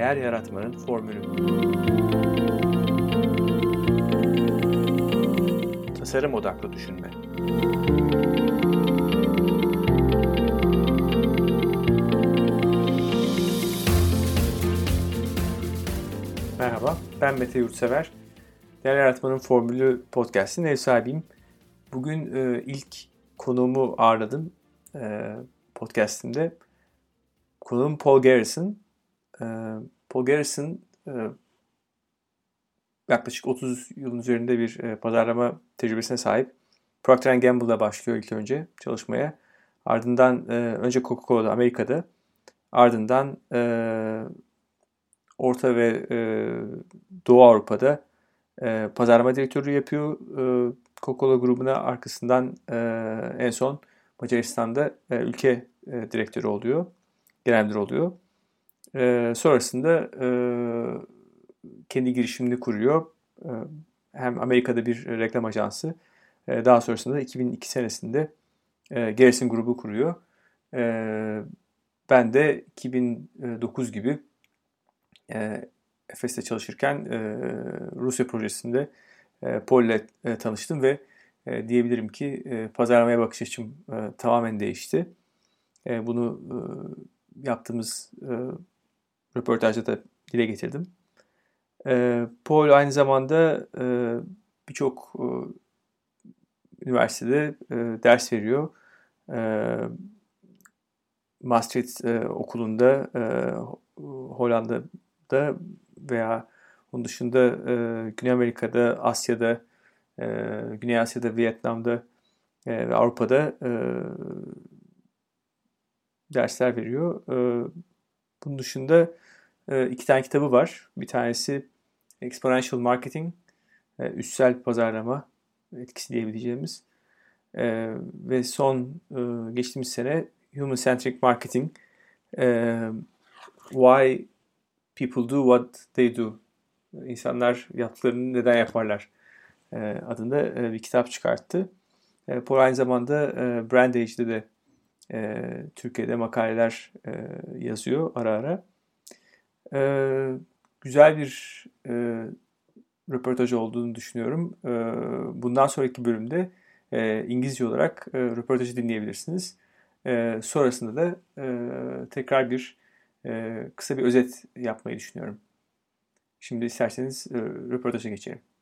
Değer yaratmanın formülü. Tasarım odaklı düşünme. Merhaba, ben Mete Yurtsever. Değer Yaratmanın Formülü podcast'in ev sahibiyim. Bugün ilk konuğumu ağırladım podcast'imde. Konuğum Paul Garrison. Paul Garrison yaklaşık 30 yılın üzerinde bir pazarlama tecrübesine sahip. Procter & Gamble'da başlıyor ilk önce çalışmaya. Ardından önce Coca-Cola'da Amerika'da. Ardından Orta ve Doğu Avrupa'da pazarlama direktörü yapıyor Coca-Cola grubuna. Arkasından en son Macaristan'da ülke direktörü oluyor. Genel müdür oluyor. Sonrasında kendi girişimini kuruyor. Hem Amerika'da bir reklam ajansı. Daha sonrasında 2002 senesinde Garrison grubu kuruyor. Ben de 2009 gibi Efes'te çalışırken Rusya projesinde Paul ile tanıştım ve diyebilirim ki pazarlamaya bakış açım tamamen değişti. Bunu yaptığımız röportajda da dile getirdim. Paul aynı zamanda birçok üniversitede ders veriyor. Maastricht okulunda, Hollanda'da veya onun dışında Güney Amerika'da, Asya'da, Güney Asya'da, Vietnam'da ve Avrupa'da dersler veriyor. Bunun dışında 2 tane kitabı var. Bir tanesi Exponential Marketing, üstsel pazarlama etkisi diyebileceğimiz. Ve son geçtiğimiz sene Human Centric Marketing, Why People Do What They Do. İnsanlar yaptıklarını neden yaparlar adında bir kitap çıkarttı. Paul aynı zamanda Brand Age'de de Türkiye'de makaleler yazıyor ara ara. Güzel bir röportaj olduğunu düşünüyorum. Bundan sonraki bölümde İngilizce olarak röportajı dinleyebilirsiniz. Sonrasında da tekrar kısa bir özet yapmayı düşünüyorum. Şimdi isterseniz röportaja geçelim.